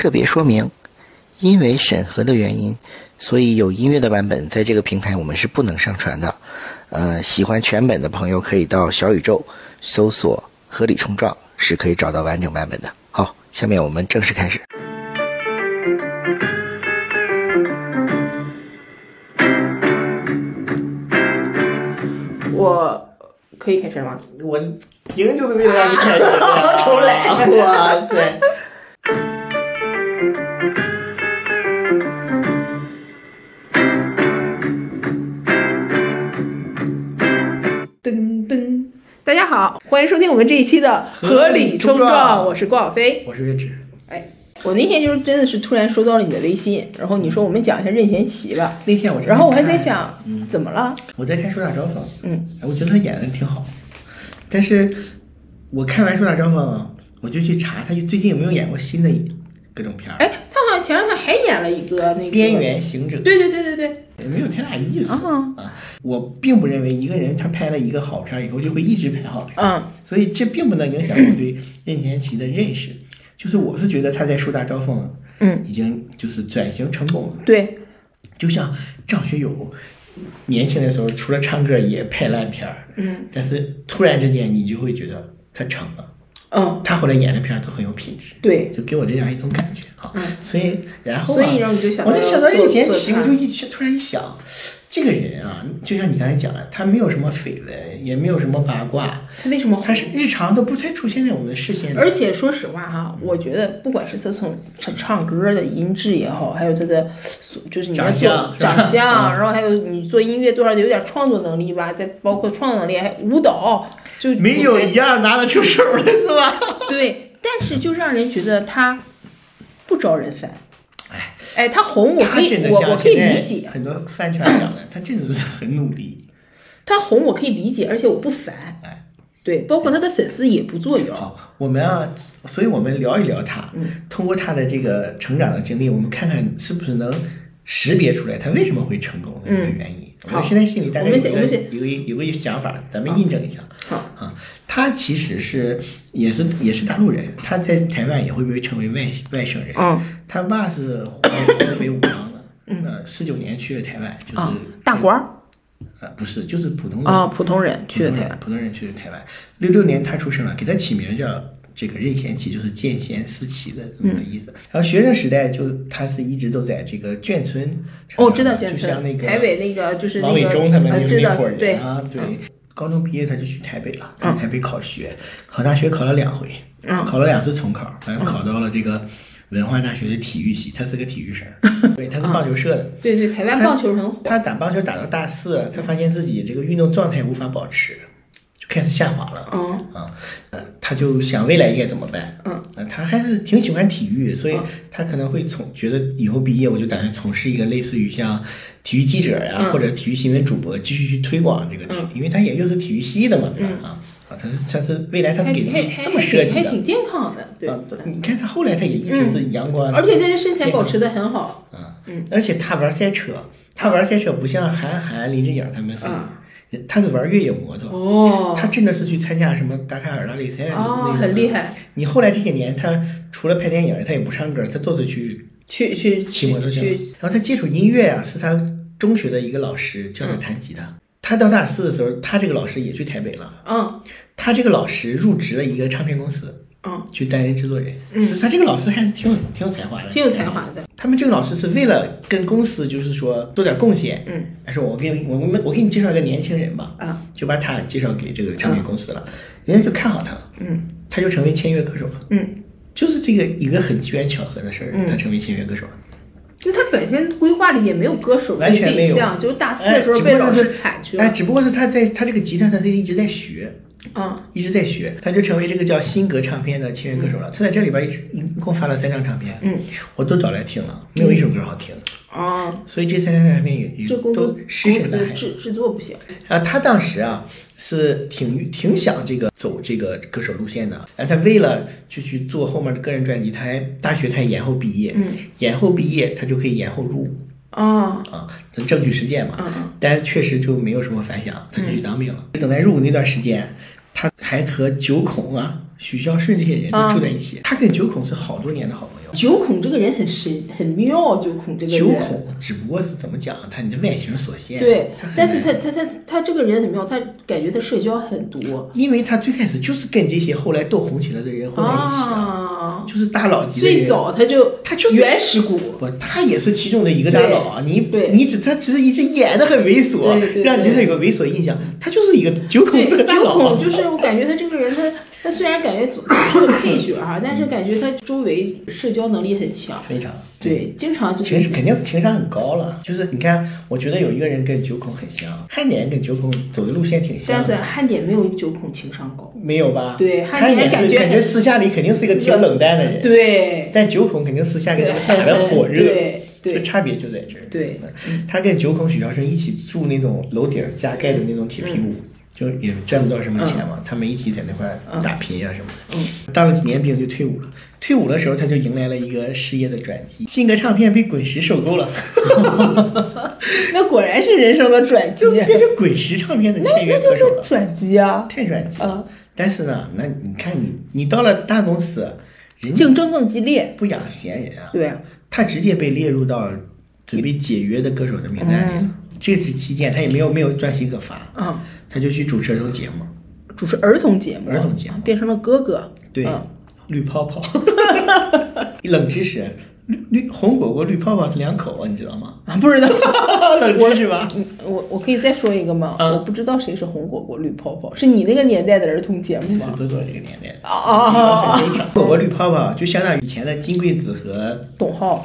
个别说明，因为审核的原因，所以有音乐的版本在这个平台我们是不能上传的。喜欢全本的朋友可以到小宇宙搜索合理冲撞，是可以找到完整版本的。好，下面我们正式开始。 我可以开始吗？ 我赢就是为了让你开始。 重来！ 哇塞！ 噔噔，大家好，欢迎收听我们这一期的合理冲撞，我是郭小飞， 我是月指。 我那天就是真的是突然收到了你的微信，然后你说我们讲一下任贤齐吧。 那天然后我还在想，怎么了？ 我在看《树大招风》，我觉得他演的挺好，但是我看完《树大招风》啊，我就去查他最近有没有演过新的各种片儿。 他好像前两天还演了一个那个《 边缘行者》。 对， 也没有太大意思啊。我并不认为一个人他拍了一个好片以后就会一直拍好片，所以这并不能影响我对任贤齐的认识。就是我是觉得他在树大招风，已经就是转型成功了。 对， 就像张学友年轻的时候除了唱歌也拍烂片儿，但是突然之间你就会觉得他成了。他后来演的片都很有品质， 对， 就给我这样一种感觉啊。所以然后所以让你就想到， 我就想到任贤齐，我就突然一想，这个人啊，就像你刚才讲的，他没有什么绯闻，也没有什么八卦， 他为什么他是日常都不太出现在我们的视线里。 而且说实话哈，我觉得不管是他从唱歌的音质也好，还有他的就是你要做长相，然后还有你做音乐多少有点创作能力吧，再包括创作能力，还舞蹈，就没有一样拿得出手的是吧？ 对，但是就让人觉得他不招人烦。他红我可以理解， 很多饭圈讲的，他真的是很努力。 他红我可以理解，而且我不烦。对，包括他的粉丝也不作妖。 好，我们啊，所以我们聊一聊他，通过他的这个成长的经历，我们看看是不是能识别出来他为什么会成功的一个原因。我现在心里大概有个想法，咱们印证一下。他其实也是大陆人，他在台湾也会被称为外省人。他爸是湖北武昌的，49年去了台湾，就是大官。 不是，就是普通人。 普通人去了台湾。 普通人去了台湾。66年他出生了，给他起名叫这个任贤齐，就是见贤思齐的这么个意思。然后学生时代他是一直都在这个眷村。 知道眷村， 就像那个台北那个就是王伟忠他们那伙人啊， 对。高中毕业他就去台北了，在台北考学，考大学考了2回，考了2次重考，好像考到了这个文化大学的体育系，他是个体育生，对，他是棒球社的。 对，台湾棒球很火。 他打棒球打到大4，他发现自己这个运动状态无法保持，就开始下滑了。他就想未来应该怎么办？他还是挺喜欢体育，所以他可能会觉得以后毕业我就打算从事一个类似于像体育记者呀，或者体育新闻主播，继续去推广这个体育，因为他也就是体育系的嘛，对吧？他是未来他是给自己这么设计的， 还挺健康的。对， 你看他后来他也一直是阳光， 而且这身材保持的很好。 而且他玩赛车，不像韩寒、林志颖他们是。他是玩越野摩托，他真的是去参加什么达喀尔拉力赛， 很厉害。你后来这些年，他除了拍电影，他也不唱歌，他都是去骑摩托车。然后他接触音乐啊，是他中学的一个老师教他弹吉他。他到大4的时候，他这个老师也去台北了。他这个老师入职了一个唱片公司。去担任制作人。就是他这个老师还是挺有才华的， 挺有才华的。 他们这个老师是为了跟公司就是说做点贡献，他说我给你介绍一个年轻人吧，就把他介绍给这个唱片公司了，人家就看好他了，他就成为签约歌手了，就是这个一个很机缘巧合的事儿，他成为签约歌手了。 就他本身规划里也没有歌手完全没有， 就是大4的时候被老师喊去了。 只不过是他这个吉他他一直在学。一直在学，他就成为这个叫新格唱片的签约歌手了。他在这里边一共发了3张唱片，我都找来听了，没有一首歌好听。所以这3张唱片也都石沉大海。 制作不行。 他当时是挺想走这个歌手路线的。他为了就去做后面的个人专辑，大学他也延后毕业，延后毕业他就可以延后入伍。这证据实践嘛，但确实就没有什么反响，他就去当兵了。等待入伍那段时间， 他还和九孔啊、许孝顺这些人都住在一起。他跟九孔是好多年的好朋友。 九孔这个人很神很妙，九孔这个人。 九孔只不过是怎么讲，你这外形所限。 对，但是他这个人很妙，他感觉他社交很多。 因为他最开始就是跟这些后来都红起来的人混在一起就是大佬级的人。 最早他就是原始股， 不，他也是其中的一个大佬啊。他只是一直演的很猥琐，让你对他有个猥琐印象。他就是一个九孔是个大佬。 九孔就是我感觉他这个人，他虽然感觉总是个配角但是感觉他周围社交能力很强， 非常对，经常就肯定是情商很高了。就是你看，我觉得有一个人跟九孔很像，汉典跟九孔走的路线挺像， 但是汉典没有九孔情商高， 没有吧？ 对， 汉典感觉私下里肯定是一个挺冷淡的人， 对， 但九孔肯定私下给他们打得火热， 对。 这差别就在这儿。 对， 他跟九孔许孝顺一起住那种楼顶加盖的那种铁皮屋，就也赚不到什么钱嘛。他们一起在那块打拼啊什么的。当了几年兵就退伍了。退伍的时候他就迎来了一个事业的转机，信鸽唱片被滚石收购了。 那果然是人生的转机， 就变成滚石唱片的签约歌手了。 转机啊， 太转机了。但是呢，那你看你到了大公司，人竞争更激烈， 不养闲人啊。 对。 他直接被列入到准备解约的歌手的名单里了。这是期间他也没有专辑可发，他就去主持儿童节目， 儿童节目，变成了哥哥。 对，绿泡泡。冷知识，红果果绿泡泡是两口你知道吗？ 不知道。 冷知识吧。 我可以再说一个吗？我不知道谁是红果果绿泡泡，是你那个年代的儿童节目吗？ 是多多这个年代的。红果果绿泡泡就相当于以前的金贵子和董浩。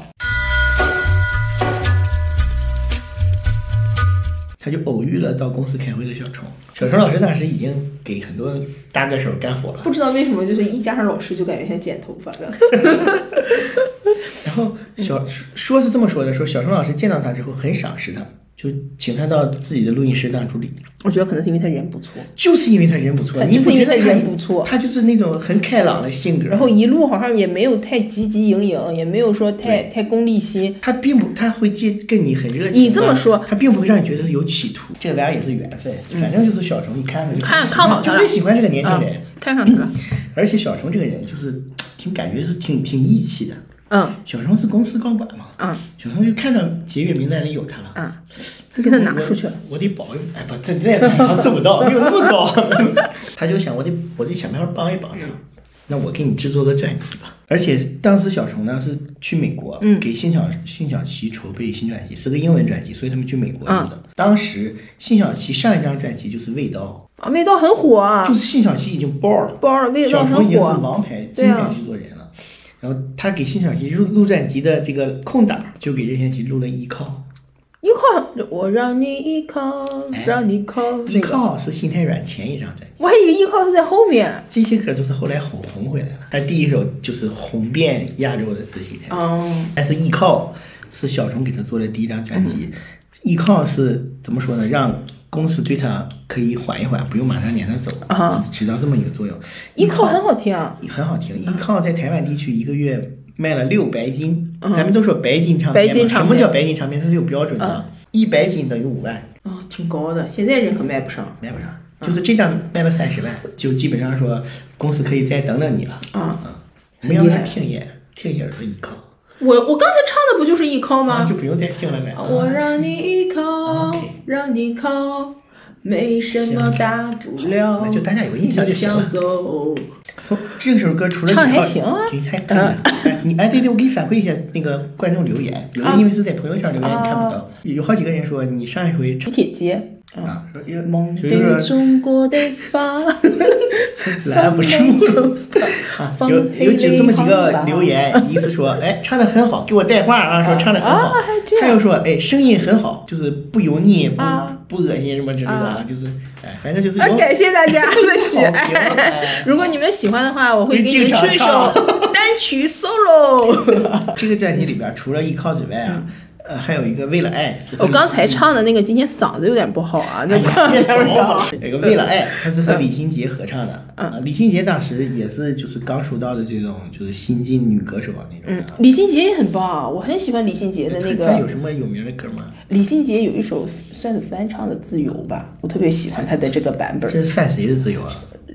他就偶遇了到公司开会的小虫。小虫老师当时已经给很多大歌手干活了， 不知道为什么就是一加上老师就感觉像剪头发的。 然后说是这么说的，说小虫老师见到他之后很赏识他，就请他到自己的录音室当助理。 我觉得可能是因为他人不错， 就是因为他人不错， 你不觉得他人不错？ 他就是那种很开朗的性格， 然后一路好像也没有太汲汲营营，也没有说太功利心。 他会跟你很热情。 你这么说， 他并不会让你觉得有企图。这个玩意儿也是缘分，反正就是小虫，你看看好他了， 就很喜欢这个年轻人， 看上他了。 而且小虫这个人就是感觉是挺义气的。小虫是公司高管嘛，小虫就看到节约名单里有他了， 他给他拿出去了。 我得保佑，不，这他做不到，没有那么高。他就想我得想办法帮一帮他，那我给你制作个专辑吧。而且当时小虫呢是去美国，给辛晓琪筹备新专辑，是个英文专辑，所以他们去美国录的。当时辛晓琪上一张专辑就是《味道》 味道很火啊， 就是辛晓琪已经爆了， 味道很火， 小虫已经是王牌金牌制作人了。然后他给辛晓琪录专辑的这个空档，就给任贤齐录了《依靠》。 我让你依靠，让你靠。 依靠是心太软前一张专辑， 我还以为依靠是在后面。 这些歌都是后来红回来了。他第一首就是红遍亚洲的是心太软，但是依靠是小虫给他做的第一张专辑。依靠是怎么说呢？让公司对他可以缓一缓，不用马上撵他走，起到这么一个作用。 依靠很好听啊， 很好听。依靠在台湾地区一个月卖了6白金，咱们都说白金唱片嘛，什么叫白金唱片？它是有标准的，1白金等于5万。 挺高的，现在人可卖不上， 就是这张卖了30万，就基本上说公司可以再等等你了。没让他听一耳朵依靠。 我刚才唱的不就是依靠吗？ 就不用再听了呗。 我让你依靠，让你靠，没什么大不了。 那就大家有印象就行了。从这首歌除了唱还行啊， 还可以。对，我给你反馈一下那个观众留言，有人因为是在朋友圈留言，你看不到。有好几个人说你上一回铁街。梦对中国的发， 拦不住。有这么几个留言，意思说，唱得很好，给我带话啊，说唱得很好。还有说，声音很好，就是不油腻，不恶心什么之类的啊，就是反正就是感谢大家的喜爱。如果你们喜欢的话，我会给你们出一首单曲 solo。 这个专辑里边除了依靠之外啊。还有一个为了爱， 我刚才唱的那个今天嗓子有点不好啊，那有个为了爱，他是和李心洁合唱的。李心洁当时也是就是刚出道的这种就是新晋女歌手那种。 李心洁也很棒，我很喜欢李心洁的那个。 她有什么有名的歌吗？ 李心洁有一首算是翻唱的《自由》吧，我特别喜欢她的这个版本。 这是翻谁的《自由》啊？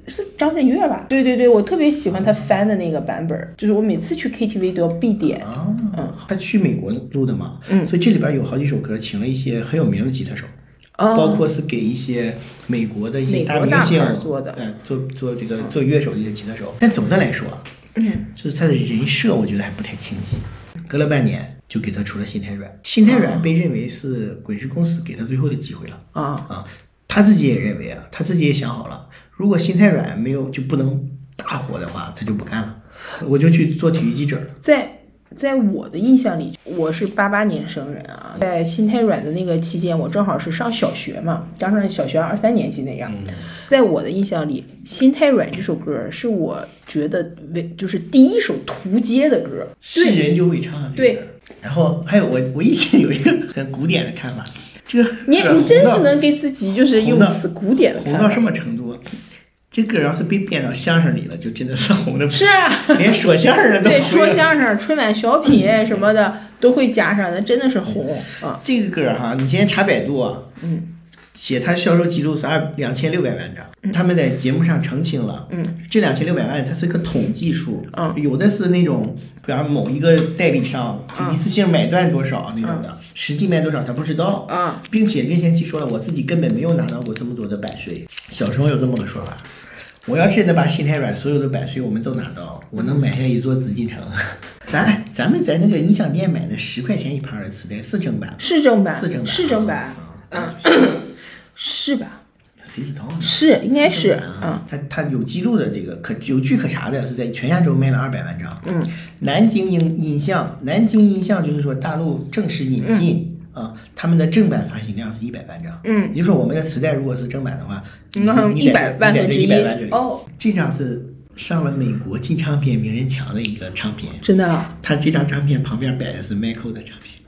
是张震岳吧？对对对，我特别喜欢他翻的那个版本，就是我每次去 KTV 都要必点。 他去美国录的嘛，所以这里边有好几首歌请了一些很有名的吉他手。包括是给一些美国的一些大明星做的， 做这个做乐手的一些吉他手。但总的来说，就是他的人设我觉得还不太清晰。隔了半年就给他出了心太软，心太软被认为是滚石公司给他最后的机会了他自己也认为他自己也想好了，如果心太软没有就不能大火的话，他就不干了，我就去做体育记者了。 在我的印象里，我是88年生人啊，在心太软的那个期间，我正好是上小学嘛，加上小学2、3年级那样。在我的印象里，心太软这首歌是我觉得就是第一首图街的歌， 是人就会唱。 对。 然后还有我以前有一个很古典的看法，这个你真是能给自己就是用词古典的看法， 红到什么程度？这歌要是被编到相声里了，就真的是红的。 是啊， 连说相声的都会。 对，说相声、春晚小品什么的都会加上，那真的是红啊。 这个歌你现在查百度写它销售记录是2600万张，他们在节目上澄清了，这2600万它是个统计数，有的是那种，比方某一个代理商一次性买断多少那种的，实际卖多少他不知道并且任贤齐说了，我自己根本没有拿到过这么多的版税。小时候有这么个说法，我要真的把心太软所有的版税我们都拿到，我能买下一座紫禁城。咱们在那个音响店买的10块钱一盘的磁带是正版， 是正版，是吧？ 谁知道呢？ 是，应该是他有记录的这个有据可查的，是在全亚洲卖了200万张。南京音像就是说大陆正式引进他们的正版发行量是100万张。也就是说我们的磁带如果是正版的话 ，100万分之一。 这张是上了美国金唱片名人墙的一个唱片， 真的。 他这张唱片旁边摆的是 Michael 的唱片。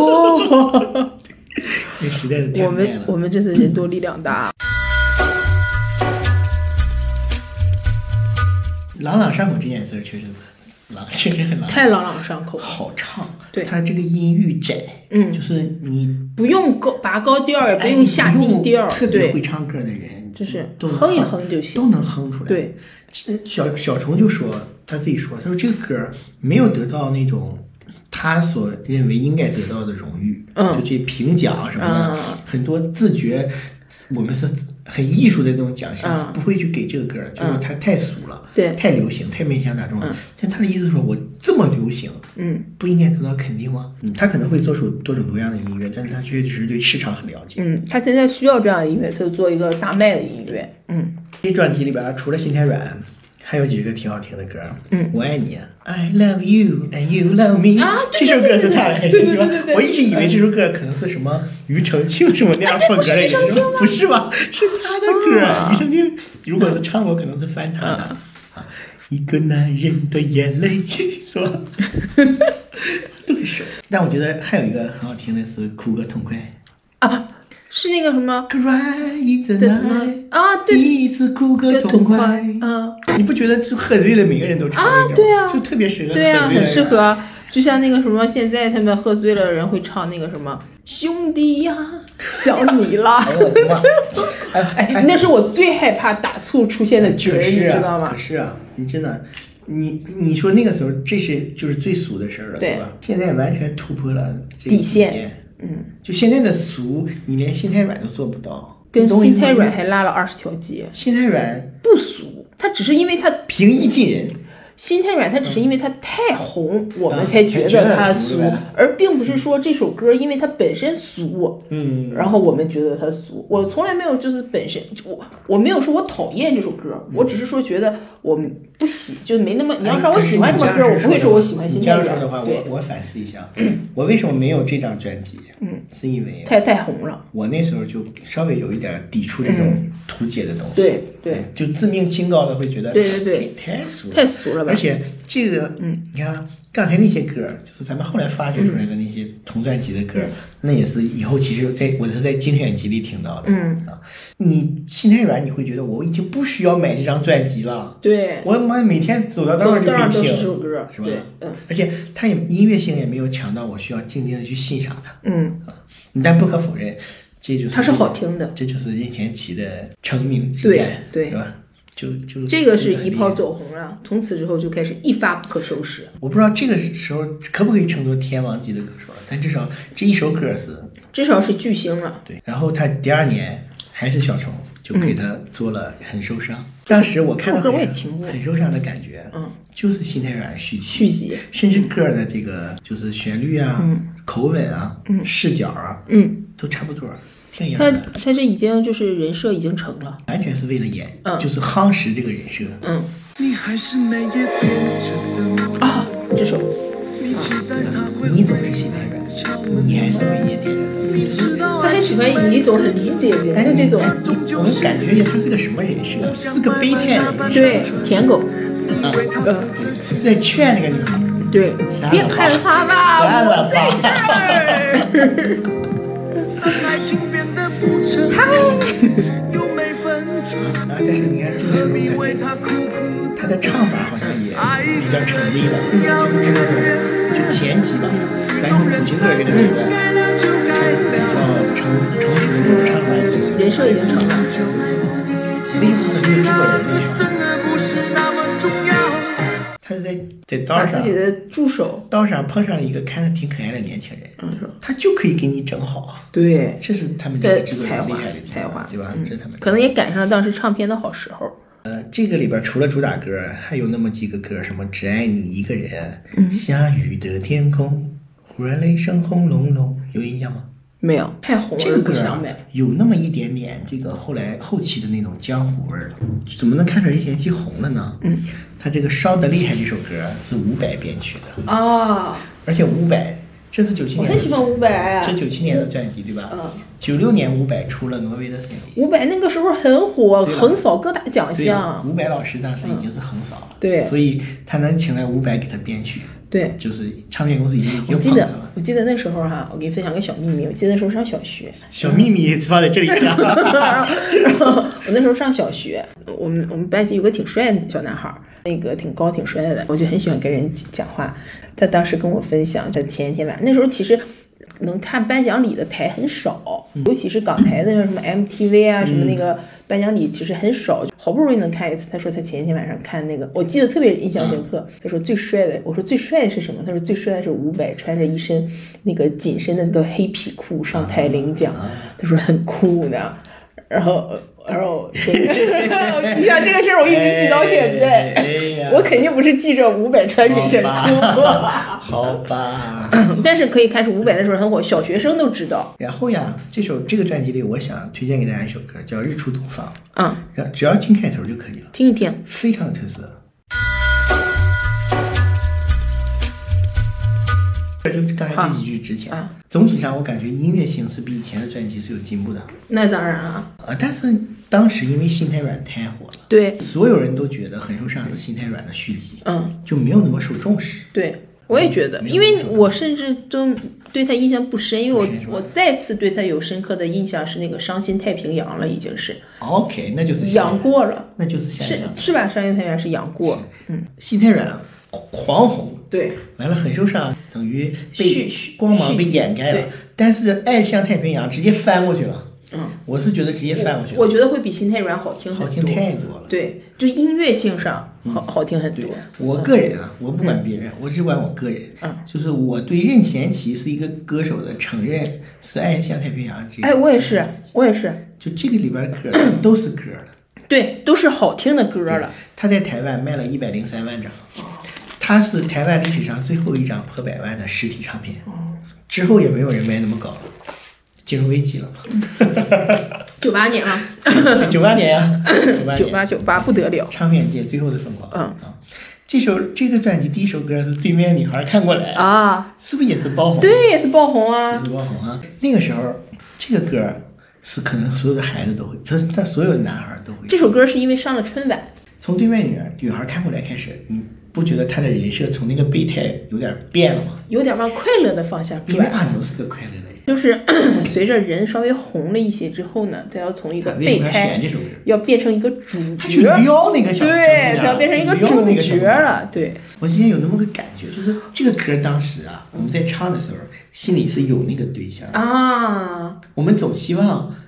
这时代的太慢了。 我们真是人多力量大。 朗朗上口这件事确实很太朗朗上口了， 好唱。 对， 它这个音域窄，就是你不用拔高调，也不用下低调， 特别会唱歌的人就是哼一哼就行， 都能哼出来。 对， 小虫就说他自己说，他说这个歌没有得到那种他所认为应该得到的荣誉，就这评奖什么的，很多自觉我们是很艺术的这种奖项，不会去给这个歌，就是它太俗了， 对， 太流行，太面向大众了。但他的意思是说，我这么流行，不应该得到肯定吗？他可能会做出多种多样的音乐，但是他确实对市场很了解。 他现在需要这样的音乐，他就做一个大卖的音乐。 这专辑里边除了心太软，还有几个挺好听的歌，我爱你 I love you and you love me 这首歌是他的，我一直以为这首歌可能是什么庾澄庆什么那样风格的人，不是吧？是他的歌，庾澄庆如果是唱过，可能是翻唱的。一个男人的眼泪，是吧？对手。但我觉得还有一个很好听的是《哭个痛快》 是那个什么 Cry the night 对， 一次哭个痛快你不觉得就喝醉了每个人都唱那种对啊， 就特别适合。 对啊，很适合。就像那个什么，现在他们喝醉了人会唱那个什么兄弟呀想你啦那是我最害怕打醋出现的角儿，你知道吗？ 可是你真的你说那个时候这是就是最俗的事儿了，对吧？现在完全突破了这个底线。就现在的俗，你连心太软都做不到， 跟心太软还拉了20条街。 心太软不俗，它只是因为它平易近人。 心太软，它只是因为它太红，我们才觉得它俗，而并不是说这首歌因为它本身俗，然后我们觉得它俗。我从来没有就是本身我没有说我讨厌这首歌，我只是说觉得我不喜，就是没那么。你要让我喜欢什么歌，我不会说我喜欢心太软。 这样说的话，我反思一下，我为什么没有这张专辑？是因为太红了。 我那时候就稍微有一点抵触这种图解的东西， 对， 就自命清高的会觉得， 对， 太俗了吧。而且这个，你看刚才那些歌，就是咱们后来发掘出来的那些同专辑的歌，那也是以后其实我是在精选集里听到的。你心太软，你会觉得我已经不需要买这张专辑了。 对， 我每天走到道上就可以听， 这首歌是吧？而且它也音乐性也没有强到我需要静静的去欣赏它。但不可否认，这就是它是好听的， 这就是任贤齐的成名之战， 对， 是吧？ 就这个是一炮走红了，从此之后就开始一发不可收拾。 我不知道这个时候可不可以称作天王级的歌手了，但至少这一首歌至少是巨星了。 对，然后他第2年还是小虫就给他做了很受伤。当时我看到很受伤的感觉，就是心太软续集，甚至歌的这个就是旋律啊、口吻啊、视角啊，都差不多。 他这已经就是人设已经成了， 完全是为了演，就是夯实这个人设。 你还是美也变着的啊，这首你总是心太软，你还是美也点着的。 他很喜欢以一种很理解人的这种， 我们感觉一下他是个什么人设？是个备胎的人设， 对，舔狗， 在劝那个女孩， 对，别看他了，我在这儿。 但是你看这个时候感觉他的唱法好像也比较成立了，就前期吧，咱从苦情歌这个阶段，比较成熟唱法， 人设已经成了。 为什么他没有制作人呢？他是在道上， 把自己的助手道上碰上了一个看着挺可爱的年轻人，他就可以给你整好啊。 对， 这是他们这个制作人厉害的才华， 对吧？这是他们可能也赶上了当时唱片的好时候。 这个里边除了主打歌，还有那么几个歌，什么只爱你一个人，下雨的天空，忽然雷声轰隆隆，有印象吗？ 没有，太红了。 这个歌有那么一点点这个后期的那种江湖味儿，怎么能看出来这些季红了呢？他这个烧得厉害这首歌是伍佰编曲的啊， 而且伍佰这是97年， 我很喜欢伍佰， 这97年的专辑对吧？96年伍佰出了挪威的森林， 伍佰那个时候很火，横扫各大奖项。 伍佰老师当时已经是横扫了， 对， 所以他能请来伍佰给他编曲。 对， 就是唱片公司已经我记得那时候哈，我给你分享个小秘密。我记得那时候上小学， 小秘密放在这里讲。 然后我那时候上小学，我们班级有个挺帅的小男孩，那个挺高挺帅的，我就很喜欢跟人讲话。他当时跟我分享，这前一天晚上，那时候其实能看颁奖礼的台很少，尤其是港台的什么 MTV 啊，什么那个颁奖礼其实很少，好不容易能看一次。他说他前一天晚上看那个，我记得特别印象深刻。他说最帅的，我说最帅的是什么？他说最帅的是伍佰穿着一身那个紧身的那个黑皮裤上台领奖，他说很酷的。然后你想这个事儿，我一直记到现在。我肯定不是记着伍佰穿紧身裤。 好吧。 但是可以看出伍佰的时候很火，小学生都知道。 然后呀，这个专辑里，我想推荐给大家一首歌，叫《日出东方》。只要听开头就可以了， 听一听， 非常有特色。就刚才这几句之前，总体上我感觉音乐性是比以前的专辑是有进步的。 那当然了。 但是当时因为心太软太火了， 对， 所有人都觉得很受伤是心太软的续集，就没有那么受重视。 对，我也觉得，因为我甚至都对他印象不深，因为我再次对他有深刻的印象是那个《伤心太平洋》了，已经是。 OK， 那就是杨过了， 那就是是吧？《伤心太平洋》是杨过， 心太软狂红， 对， 完了很受伤，等于被光芒被掩盖了。但是《爱像太平洋》直接翻过去了。我是觉得直接翻过去了。 我觉得会比心太软好听很多， 好听太多了。 对，就音乐性上好听很多。 我个人啊，我不管别人，我只管我个人。就是我对任贤齐是一个歌手的承认是《爱像太平洋》这个。 我也是。 就这个里边歌都是歌了。 对，都是好听的歌了。 他在台湾卖了103万张。他是台湾历史上最后一张破100万的实体唱片，之后也没有人卖那么高了，金融危机了嘛。 98年啊 ，98年呀 ，98不得了， 唱片界最后的疯狂。这个专辑第一首歌是《对面女孩看过来》啊，是不是也是爆红？ 对，也是爆红啊， 也是爆红啊。那个时候这个歌是可能所有的孩子都会，他所有的男孩都会。 这首歌是因为上了春晚。 从对面女孩看过来开始，你不觉得他的人设从那个备胎有点变了吗？ 有点往快乐的方向转。 因为阿牛是个快乐的人， 就是随着人稍微红了一些之后呢，他要从一个备胎要变成一个主角， 他去撩那个小对，他要变成一个主角了。对， 我今天有那么个感觉，就是这个歌当时啊，我们在唱的时候，心里是有那个对象啊。我们总希望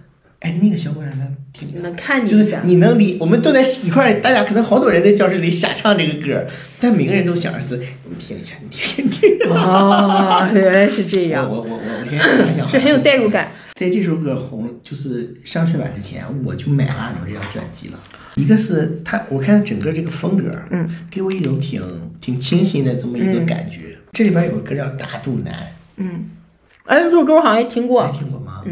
哎，那个小姑娘她挺能看就是你能理，我们都在一块，大家可能好多人在教室里瞎唱这个歌，但每个人都想的是你听一下，你听。 哦，原来是这样。 我先想想， 是很有代入感。 在这首歌红，就是上春晚之前，我就买了俺这张专辑了。一个是我看整个这个风格，给我一种挺清新的这么一个感觉。这里边有个歌叫《大肚腩》， 哎，这首歌我好像也听过。 听过吗？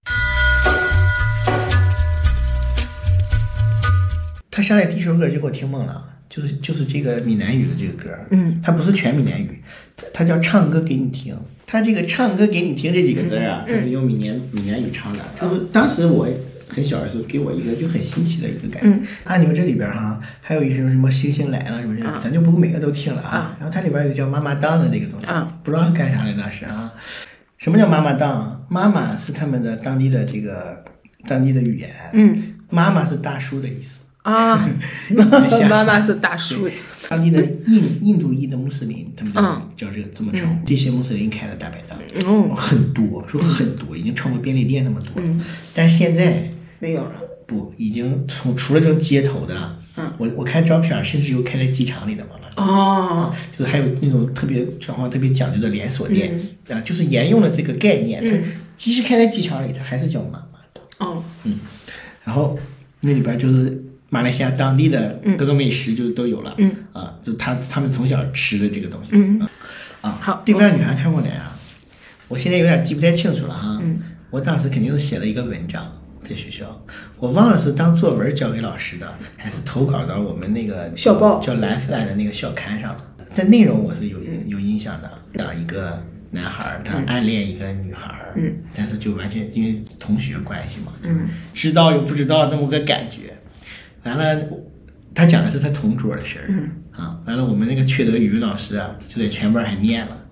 他上来第一首歌就给我听懵了，就是这个闽南语的这个歌，它不是全闽南语，它叫唱歌给你听。他这个唱歌给你听这几个字啊，它是用闽南语唱的。就是当时我很小的时候，给我一个就很新奇的一个感觉。你们这里边哈，还有一什么星星来了什么的，咱就不每个都听了啊。然后它里边有叫妈妈档的这个东西，不知道干啥来当时啊。什么叫妈妈档？妈妈是他们的当地的语言，妈妈是大叔的意思。 妈妈是大叔。 当地的印度裔的穆斯林，他们叫这么称。这些穆斯林开的大排档，很多，已经超过便利店那么多。但是现在没有了。 不，已经除了这种街头的，我看照片，甚至有开在机场里的嘛。就是还有那种特别讲究的连锁店，就是沿用了这个概念。它即使开在机场里，它还是叫妈妈的。然后那里边就是马来西亚当地的各种美食就都有了。就他们从小吃的这个东西。 好， 对面女孩看过来啊，我现在有点记不太清楚了哈。我当时肯定是写了一个文章在学校，我忘了是当作文交给老师的，还是投稿到我们那个校报叫蓝帆的那个校刊上了。但内容我是有印象的，一个男孩他暗恋一个女孩，但是就完全因为同学关系嘛，知道又不知道那么个感觉。完了，他讲的是他同桌的事儿，完了我们那个缺德语文老师啊，就在全班还念了。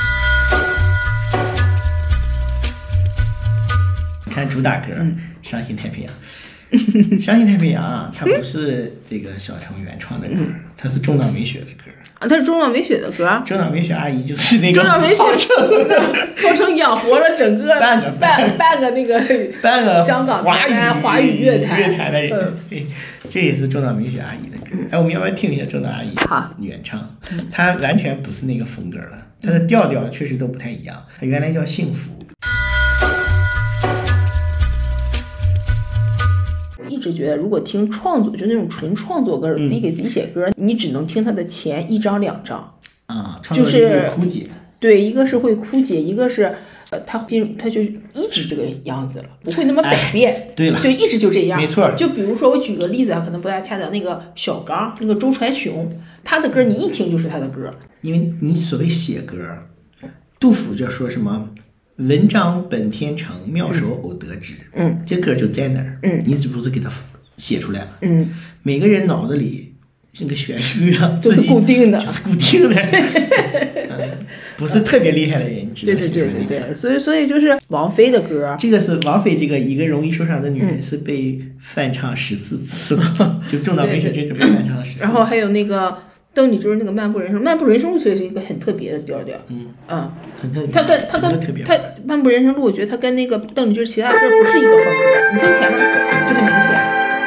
看主打歌《伤心太平洋》。伤心太平洋啊，它不是这个小程原创的歌，它是中岛美雪的歌。 它是中岛美雪的歌。 中岛美雪阿姨就是那个中岛美雪号称养活了整个半个那个香港华语乐坛的人。这也是中岛美雪阿姨的歌。我们要不要听一下中岛阿姨原唱？她完全不是那个风格了，她的调调确实都不太一样。她原来叫幸福。 一直觉得如果听创作，就那种纯创作歌，自己给自己写歌，你只能听他的前1章2章就是枯竭。 对，一个是会枯竭，一个是他就一直这个样子了，不会那么百变。 对了， 就一直就这样。 没错。 就比如说我举个例子可能不大恰当，那个小刚，那个周传雄，他的歌你一听就是他的歌。 因为你所谓写歌，杜甫就说什么？文章本天成，妙手偶得之。这歌就在那儿。你只不过是给它写出来了。每个人脑子里这个旋律啊， 都是固定的， 就是固定的。不是特别厉害的人知道。 对，所以就是王菲的歌。 这个是王菲这个一个容易受伤的女人是被翻唱14次了，就中岛美雪这个被翻唱了14次。 然后还有那个。邓丽君那个漫步人生，漫步人生路其实是一个很特别的调调。 很特别。 他漫步人生路，我觉得他跟那个邓丽君其他歌不是一个风格。你听前面就很明显，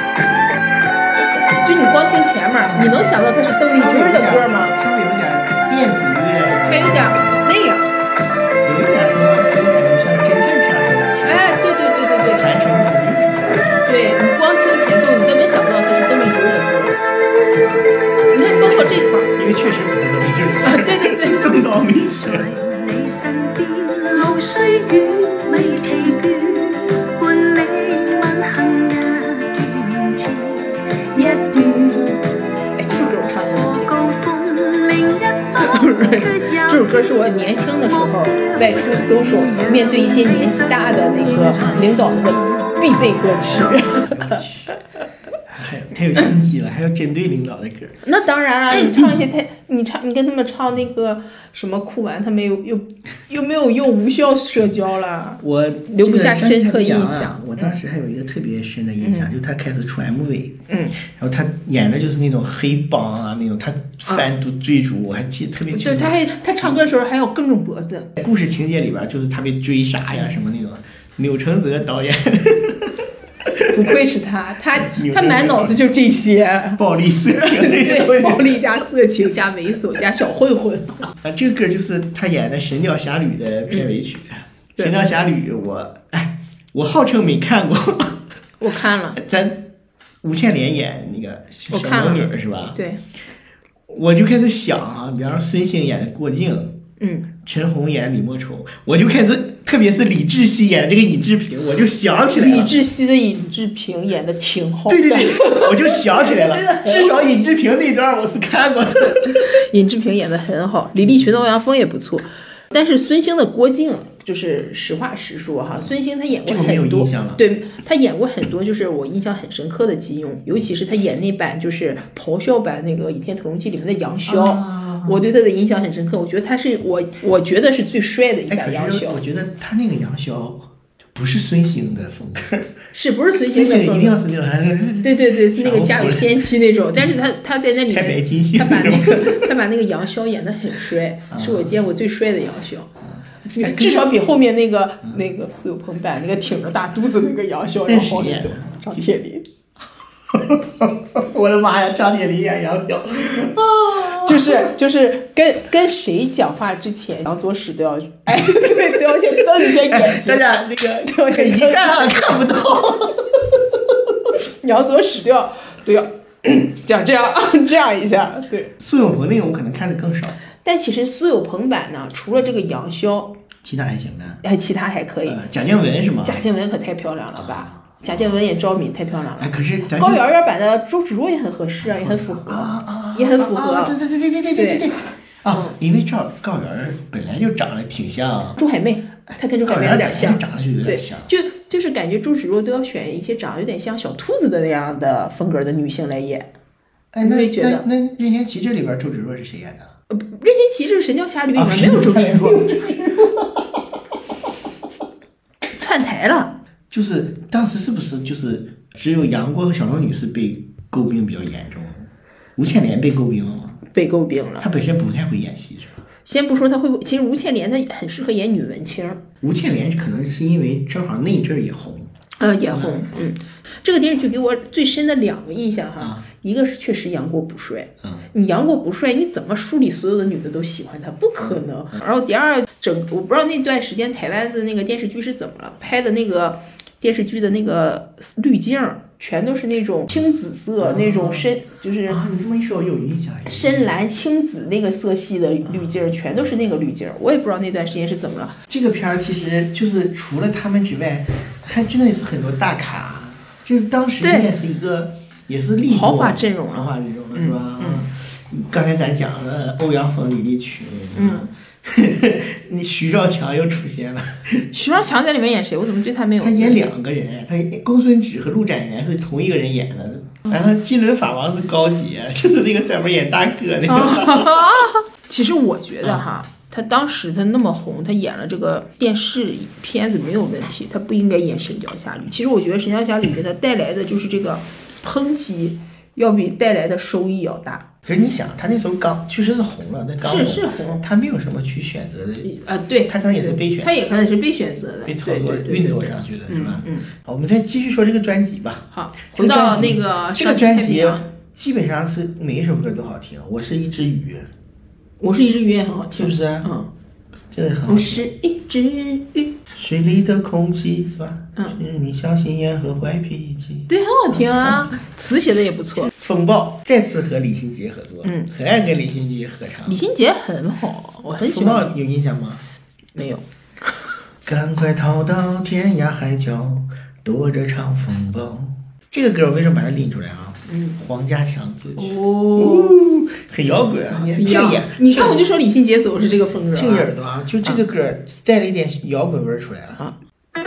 就你光听前面，你能想到他是邓丽君的歌吗？ 稍微有点电子乐， 还有点那样， 有一点什么，有感觉像侦探片的感觉。 对， 韩城古力。 对，你光听前奏，你根本想不到他是邓丽君的歌。你看，包括这块， 因为确实不是邓丽君的歌。 对， 中岛美雪。 这首歌是我年轻的时候外出social，面对一些年纪大的那个领导那个必备歌曲。 太有心机了，还有针对领导的歌。 那当然了，你唱一些你跟他们唱那个什么酷玩，他们又没有用，无效社交了。 我留不下深刻印象。 我当时还有一个特别深的印象，就他开始出 MV，然后他演的就是那种黑帮啊，那种他贩毒追逐，我还记得特别清楚。 对，他唱歌的时候还要跟着脖子。 故事情节里边就是他被追杀呀，什么那种。钮承泽导演。 不愧是他满脑子就这些， 暴力色情， 对，暴力加色情加猥琐加小混混。 啊，这个歌就是他演的《神雕侠侣》的片尾曲。神雕侠侣我号称没看过， 我看了， 咱吴倩莲演那个小龙女是吧？ 对， 我就开始想啊，比方说孙兴演的郭靖，陈红演李莫愁，我就开始，特别是李志熙演的这个尹志平，我就想起来了。 李志熙的尹志平演的挺好的。 对，我就想起来了，至少尹志平那段我是看过的。 尹志平演的很好，李立群的欧阳锋也不错，但是孙兴的郭靖。就是实话实说哈，孙兴他演过很多，对，他演过很多，就是我印象很深刻的金庸，尤其是他演那版就是咆哮版那个《倚天屠龙记》里面的杨逍，我对他的印象很深刻。我觉得他是我觉得是最帅的一版杨逍。 我觉得他那个杨逍不是孙兴的风格， 是不是孙兴的风格？ 一定要是那种， 对，是那个家有仙妻那种。但是他在那里面，他把那个杨逍演得很帅，是我见过最帅的杨逍。至少比后面那个苏有朋版那个挺着大肚子那个杨逍要好很多。张铁林， 我的妈呀，张铁林演杨逍， 就是跟谁讲话之前，杨左使都要对，都要先瞪一下眼睛， 大家那个都要先一看看不到， 杨左使都要这样一下，对。 苏有朋那个我可能看的更少。 但其实苏有朋版呢，除了这个杨逍， 其他还行的， 其他还可以。 贾静雯是吗？ 贾静雯可太漂亮了吧！贾静雯演赵敏太漂亮了。 可是高圆圆版的周芷若也很合适啊，也很符合，也很符合。 对。因为高圆圆本来就长得挺像朱海媚，她跟朱海媚有点像， 长得就有点像。 就是感觉周芷若都要选一些长得有点像小兔子的那样的风格的女性来演。 那任贤齐这里边周芷若是谁演的？ 任贤齐这个《神雕侠侣》里面没有周芷若，窜台了。 就是当时是不是就是只有杨过和小龙女是被诟病比较严重，吴倩莲被诟病了吗？ 被诟病了。 她本身不太会演戏是吧？ 先不说她会，其实吴倩莲她很适合演女文青。 吴倩莲可能是因为正好那阵儿也红。 也红。这个电视剧给我最深的2个印象哈。一个是确实杨过不帅，你杨过不帅，你怎么梳理所有的女的都喜欢他？不可能。然后第二，我不知道那段时间台湾的那个电视剧是怎么了，拍的那个电视剧的那个滤镜全都是那种青紫色，那种深，就是你这么一说，我有印象， 深蓝青紫那个色系的滤镜，全都是那个滤镜。我也不知道那段时间是怎么了。 这个片儿其实就是除了他们之外，还真的是很多大咖，就是当时应该是一个。也是力豪华阵容了是吧？刚才咱讲了欧阳锋、李立群，你徐少强又出现了。 徐少强在里面演谁？我怎么对他没有？ 他演2个人，他公孙止和陆展元是同一个人演的。然后金轮法王是高洁，就是那个专门演大哥那个。 其实我觉得哈。他当时他那么红，他演了这个电视片子没有问题，他不应该演《神雕侠侣》。其实我觉得《神雕侠侣》给他带来的就是这个抨击，要比带来的收益要大。 可是你想，他那时候确实是红了，那刚红是红， 他没有什么去选择的对， 他可能也是被选， 他也可能是被选择的， 被操作运作上去的是吧？好，我们再继续说这个专辑吧。 好，回到那个这个专辑，基本上是每一首歌都好听。我是一只鱼。 我是一只鱼也很好听， 是不是？这个很好听。 我是一只鱼。 水里的空气是吧？你小心眼和坏脾气。 对，很好听啊，词写的也不错。 风暴再次和李心洁合作，很爱跟李心洁合唱。 李心洁很好，我很喜欢。 风暴有印象吗？ 没有。 赶快逃到天涯海角，躲着场风暴。这个歌我为什么把它拎出来啊？黄家强作曲，很摇滚啊！ 你看，我就说李心洁走是这个风格， 听耳朵啊，就这个歌带了一点摇滚味出来了。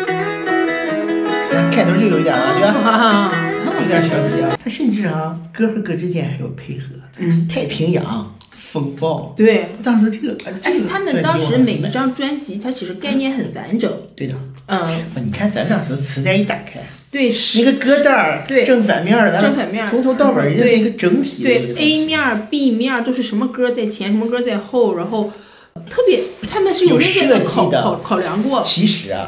开头就有一点了，对吧？有点小不一样。他甚至歌和歌之间还有配合。太平洋风暴。 对， 当时这个他们当时每一张专辑，它其实概念很完整。 对的。你看咱当时磁带一打开。 对， 那个歌单对正反面从头到尾就是一个整体。 对 A 面 B 面都是什么歌在前，什么歌在后，然后特别他们是有那个考量过。 其实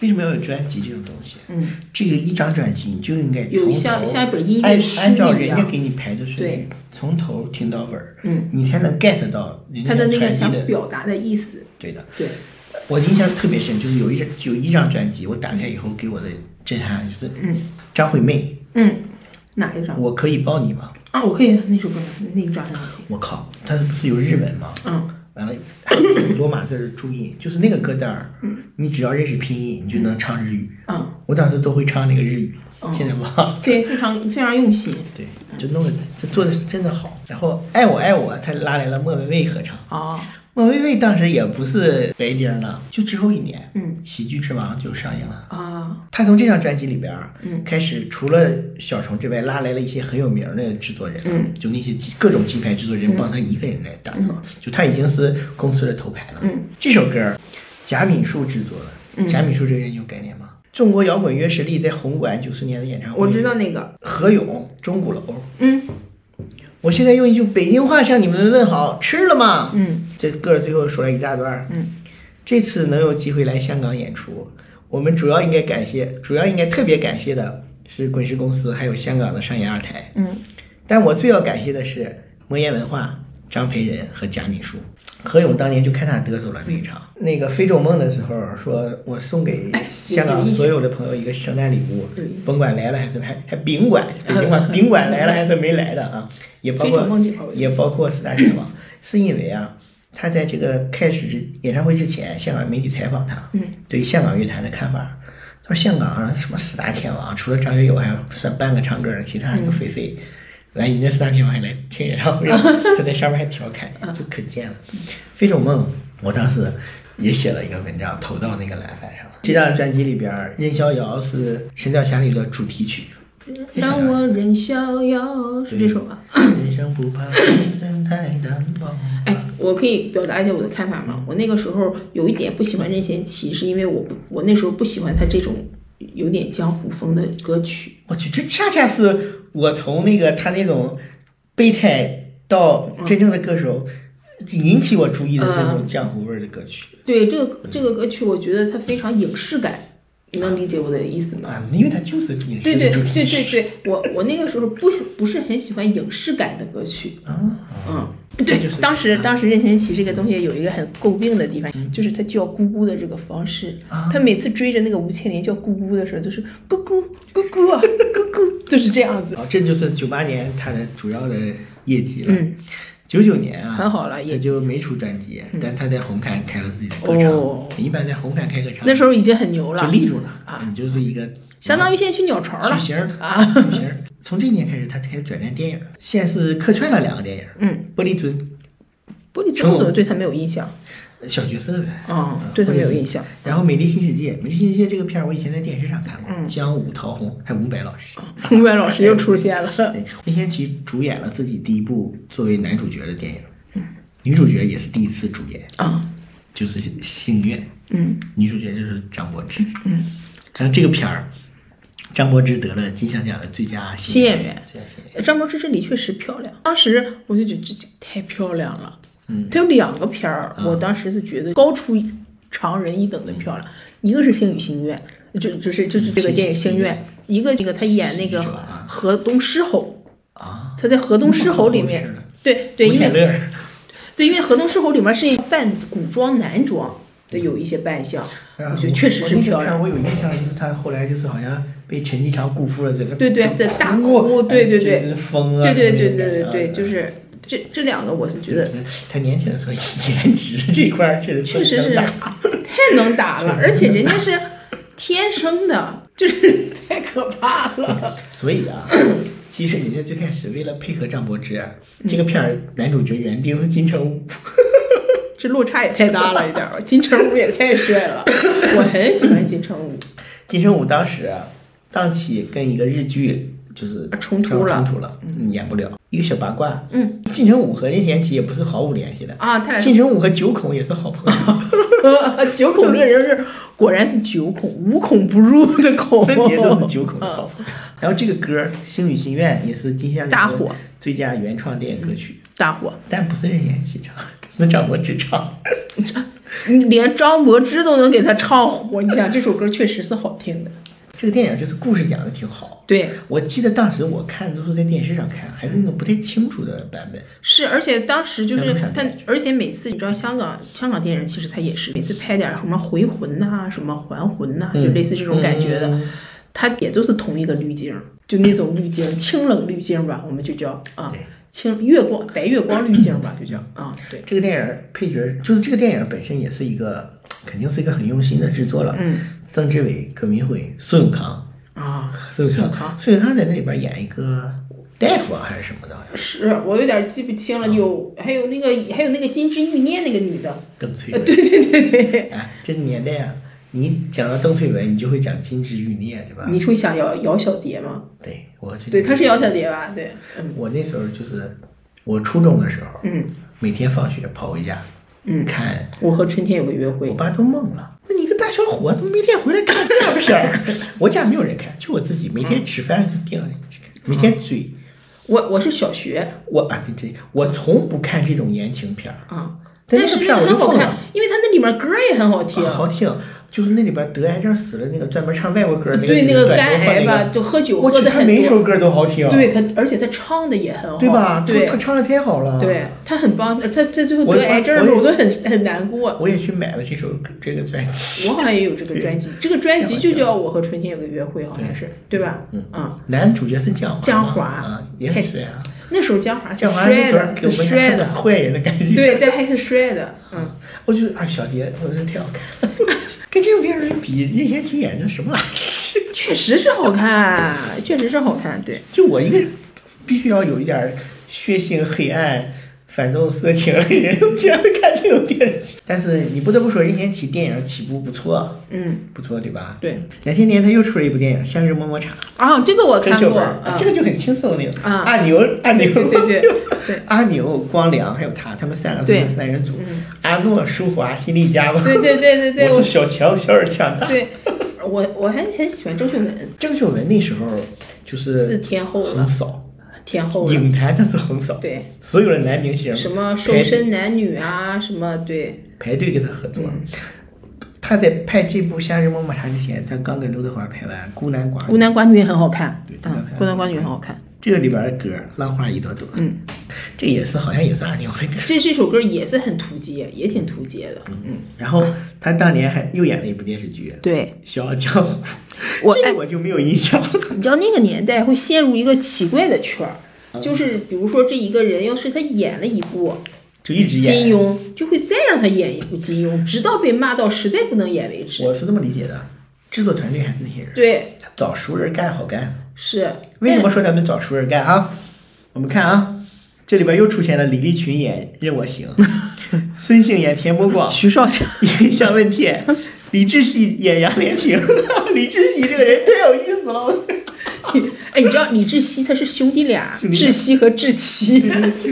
为什么要有专辑这种东西？这个一张专辑你就应该有像一本音乐书按照人家给你排的顺序，从头听到尾儿，你才能 get 到人家他的那个想表达的意思。 对的， 对。 我印象特别深，就是有一张专辑，我打开以后给我的震撼就是张惠妹。 哪一张？ 我可以抱你吗？ 啊，我可以，那首歌那一张。 我靠，它是不是有日文吗？完了，罗马字注音，就是那个歌单你只要认识拼音，你就能唱日语。我当时都会唱那个日语，现在忘了。 非常用心。 对，就弄得这做的是真的好。然后爱我爱我，他拉来了莫文蔚合唱。莫文蔚当时也不是白丁了，就之后1年，喜剧之王就上映了。他从这张专辑里边开始，除了小虫之外，拉来了一些很有名的制作人，就那些各种金牌制作人帮他一个人来打造，就他已经是公司的头牌了。这首歌贾敏树制作的，贾敏树这个人有概念吗？中国摇滚乐实力在红馆90年的演唱会， 我知道那个何勇钟鼓楼。我现在用一句北京话向你们问好，吃了吗？这歌最后说了一大段。这次能有机会来香港演出，我们主要应该特别感谢的是滚石公司，还有香港的商业二台。但我最要感谢的是魔岩文化、张培仁和贾敏树。何勇当年就看他得手了那一场，那个非洲梦的时候说，我送给香港所有的朋友一个圣诞礼物，甭管来了还是还宾馆，宾馆来了还是没来的啊，也包括四大天王，是因为他在这个开始演唱会之前，香港媒体采访他，对于香港乐坛的看法，他说香港什么四大天王，除了张学友还算半个唱歌，其他人都废。来，人家四大天王还来听演唱会了，他在上面还调侃，就可见了。非洲梦，我当时也写了一个文章，投到那个蓝帆上了。这张专辑里边，任逍遥是《神雕侠侣》的主题曲。 让我任逍遥是这首吧？ 人生不怕人太单薄。 我可以表达一下我的看法吗？我那个时候有一点不喜欢任贤齐，是因为我那时候不喜欢他这种有点江湖风的歌曲。 我去，这恰恰是我从那个他那种备胎到真正的歌手，引起我注意的这种江湖味的歌曲。 对，这个歌曲，我觉得它非常影视感。你能理解我的意思吗？ 因为它就是影视的主题曲。 对，我那个时候不是很喜欢影视感的歌曲。对，当时任贤齐这个东西有一个很诟病的地方，就是他叫姑姑的这个方式。他每次追着那个吴倩莲叫姑姑的时候，都是姑姑姑姑啊姑姑，就是这样子。 这就是98年他的主要的业绩了。99年很好了， 他就没出专辑，但他在红磡开了自己的歌场。一般在红磡开歌场， 那时候已经很牛了， 就立住了你就是一个相当于现在去鸟巢了。 巨星。从这年开始，他开始转战电影，先是客串了2个电影。玻璃樽我怎么对他没有印象？ 小角色呗。 对他没有印象。 然后《美丽新世界》，《美丽新世界》这个片儿我以前在电视上看过，姜武、陶虹还有伍佰老师。 伍佰老师又出现了。 任贤齐主演了自己第一部作为男主角的电影，女主角也是第一次主演就是《心愿》。女主角就是张柏芝。然后这个片儿，张柏芝得了金像奖的最佳新演员。 张柏芝这里确实漂亮，当时我就觉得这太漂亮了。她有2个片儿，我当时是觉得高出常人一等的漂亮。一个是《星语心愿》，就是这个电影《心愿》，一个这个她演那个河东狮吼她在河东狮吼里面，对，因为河东狮吼里面是扮古装男装的，有一些扮相，我觉得确实是漂亮。 我有印象，就是她后来就是好像被陈其常辜负了，这个对在大哭，对， 就是疯啊， 对，就是这2个我是觉得他年轻的时候颜值这块确实是太能打了，而且人家是天生的，就是太可怕了。 所以其实人家最开始为了配合张柏芝，这个片儿男主角原定是金城武。 这落差也太大了一点，金城武也太帅了，我很喜欢金城武。 金城武当时档期跟一个日剧就是冲突了， 演不了。一个小八卦，金城武和任贤齐也不是毫无联系的金城武和九孔也是好朋友。 九孔这个人是果然是九孔，无孔不入的孔， 分别都是九孔的好朋友。然后这个歌《星语心愿》也是金像大火最佳原创电影歌曲， 大火， 但不是任贤齐唱，是张柏芝唱。 连张柏芝都能给他唱火，你想这首歌确实是好听的。 这个电影就是故事讲的挺好。 对， 我记得当时我看都是在电视上看，还是那种不太清楚的版本。 是，而且当时就是他，而且每次你知道香港电影其实他也是每次拍点什么回魂呐、什么还魂呐、就类似这种感觉的，它也都是同一个滤镜，就那种滤镜，清冷滤镜吧，我们就叫啊。白月光滤镜吧，就叫啊，对。 这个电影配角就是这个电影本身也是一个，肯定是一个很用心的制作了。曾志伟、葛民辉、孙永康啊， 孙永康在那里边演一个大夫啊，还是什么的？ 是我有点记不清了。还有那个金枝欲孽那个女的， 邓萃雯。 对。 哎，这年代啊，你讲到邓萃雯，你就会讲金枝欲孽，对吧？ 你会想姚小蝶吗？ 对， 对，她是姚小蝶吧？对。 我那时候就是我初中的时候，每天放学跑回家，看《 我和春天有个约会》， 我爸都懵了。那你一个大小伙子，每天回来看这样片儿？我家没有人看，就我自己，每天吃饭就盯着去看，每天追。 我是小学， 我从不看这种言情片儿啊， 但是那个很好看，因为它那里面歌也很好听， 好听。就是那里边得癌症死了那个专门唱外国歌那个， 对那个肝癌吧，就喝酒喝的很多。 他每一首歌都好听。 对他，而且他唱的也很好， 对吧？ 对， 他唱的太好了。 对他很棒，他最后得癌症了，我都很难过。 我也去买了这个专辑。 我好像也有这个专辑，这个专辑就叫《我和春天有个约会》，好像是对吧？ 男主角是江华啊，也很帅啊。 那时候江华是帅的， 坏人的感觉。 对，但还是帅的。 我觉得小蝶，我觉得挺好看。跟这种电视比，任贤齐演的什么垃圾？ 确实是好看，确实是好看。对， 就我一个必须要有一点血腥、黑暗、反动、色情的人，居然会看这种电视剧。但是你不得不说，任贤齐电影起步不错， 不错，对吧？ 对。 2000年他又出了一部电影《向日么么茶》 啊，这个我看过， 这个就很轻松那个阿牛，对，阿牛、光良还有他们三个是三人组，阿诺、舒华、辛丽佳嘛， 对， 我是小强，小而强大。 对，我还很喜欢郑秀文。 郑秀文那时候就是天后横扫。 天后影坛的是横扫， 对， 所有的男明星什么瘦身男女啊，什么对， 排队跟他合作。他在拍这部《夏日么么茶》之前，他刚跟刘德华拍完《孤男寡女》， 孤男寡女也很好看，孤男寡女很好看。 这个里边的歌浪花一朵朵，这也是好像也是阿牛的歌。 这首歌也是很突击，也挺突击的。 然后他当年还又演了一部电视剧， 对， 《笑傲江湖》，我就没有印象。 你知道那个年代会陷入一个奇怪的圈儿，就是比如说这一个人要是他演了一部， 就一直演金庸，就会再让他演一部金庸，直到被骂到实在不能演为止。 我是这么理解的，制作团队还是那些人， 对， 他找熟人干好干。 是， 为什么说咱们找熟人干啊？我们看啊，这里边又出现了李立群演任我行，孙兴演田伯光， 徐少强演向问天，李志熙演杨莲亭。李志熙这个人太有意思了。 哎，你知道李志熙他是兄弟俩，志熙和志奇。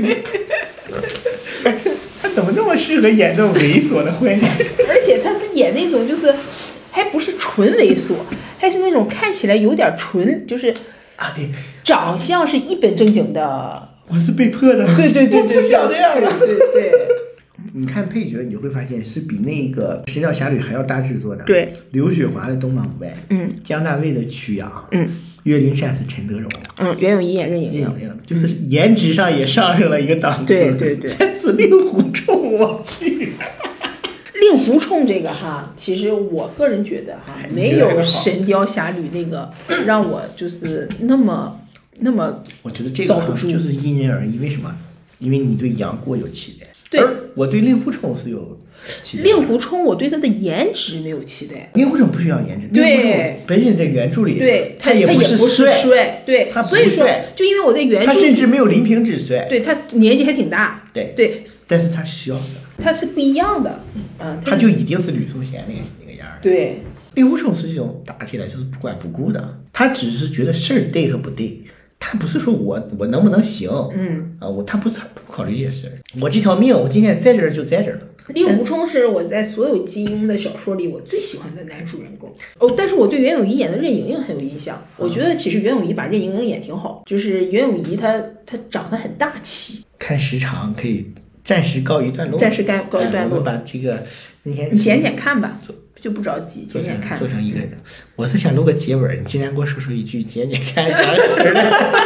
他怎么那么适合演这种猥琐的坏人？ 而且他是演那种就是还不是纯猥琐，还是那种看起来有点纯，就是对， 长相是一本正经的。 我是被迫的。 对， 我不想这样了。 对。 你看配角，你就会发现是比那个《神雕侠侣》还要大制作的。 对， 刘雪华的《东方不败》，姜大卫的《曲阳》，岳灵珊是陈德容， 袁咏仪演任盈盈， 就是颜值上也上升了一个档次。 对。 但是令狐冲，我去。 令狐冲这个哈，其实我个人觉得哈，没有《神雕侠侣》那个让我就是那么。 我觉得这个就是因人而异。为什么？因为你对杨过有期待。 对， 而我对令狐冲是有期待。 令狐冲，我对他的颜值没有期待。 令狐冲不需要颜值， 对， 令狐冲本身在原著里， 对他也不是帅，对， 他所以说，就因为我在原著， 他甚至没有林平之帅， 对他年纪还挺大， 对，但是他需要啥？ 他是不一样的， 他就一定是吕颂贤那个样儿。 对， 令狐冲是这种打起来就是不管不顾的，他只是觉得事儿对和不对。他不是说我能不能行，他不考虑这些事儿。我这条命，我今天在这儿就在这儿了。 令狐冲是我在所有金庸的小说里我最喜欢的男主人公。但是我对袁咏仪演的任盈盈很有印象。我觉得其实袁咏仪把任盈盈演挺好，就是袁咏仪她长得很大气。 看时长可以暂时告一段落。 暂时告一段落。 我们把这个你剪剪看吧，就不着急，剪剪看。 做成一个，我是想录个结尾，你尽量给我说一句剪剪看啥词儿的。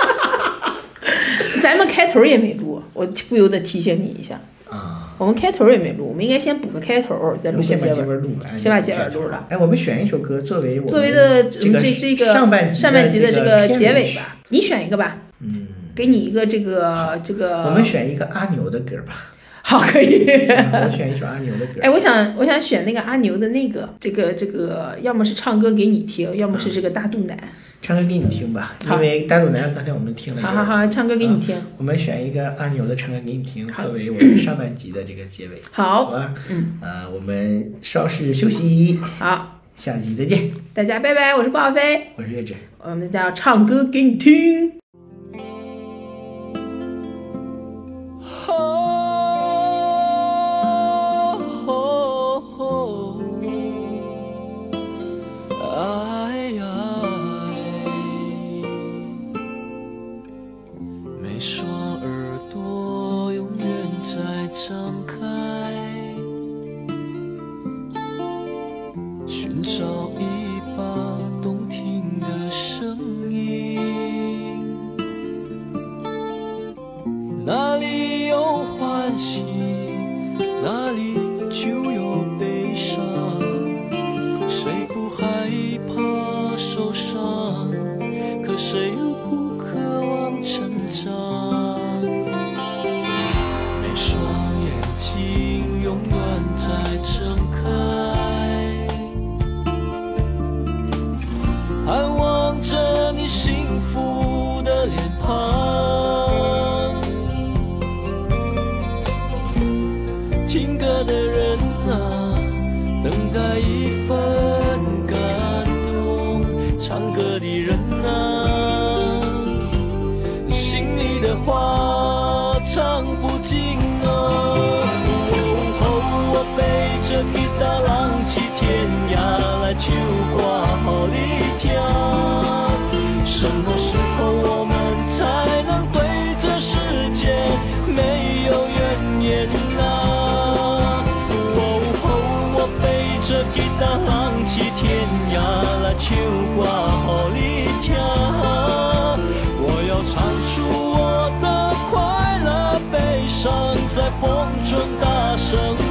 咱们开头也没录，我不由得提醒你一下。我们开头也没录，我们应该先补个开头，再录个结尾。先把结尾录了。 哎，我们选一首歌作为的这个上半集的这个结尾吧。你选一个吧。给你一个这个。 我们选一个阿牛的歌吧。 好，可以。 我选一首阿牛的歌。 哎，我想选那个阿牛的那个，这个，要么是唱歌给你听，要么是这个大肚腩。 唱歌给你听吧，因为大肚腩刚才我们听了。 好，唱歌给你听。 我们选一个阿牛的唱歌给你听，作为我们上半集的这个结尾。 好吧。我们稍事休息。 好， 下集再见。 大家拜拜，我是瓜飞， 我是月子。 我们叫唱歌给你听。 每双耳朵永远在张开，寻找一把动听的声音，哪里有欢喜，哪里就有悲伤，谁不害怕受伤，可谁又不渴望成长，每双眼睛永远在睁开，盼望着你幸福的脸庞，听歌的人啊，等待一份感动，唱歌的人啊，心里的话唱不尽哦。我背着吉他浪迹天涯来唱歌给你听，什么时候我们才能对这世界没有怨言啊？我背着吉他浪迹天涯来唱歌给你听，我要唱出我的快乐悲伤，在风中大声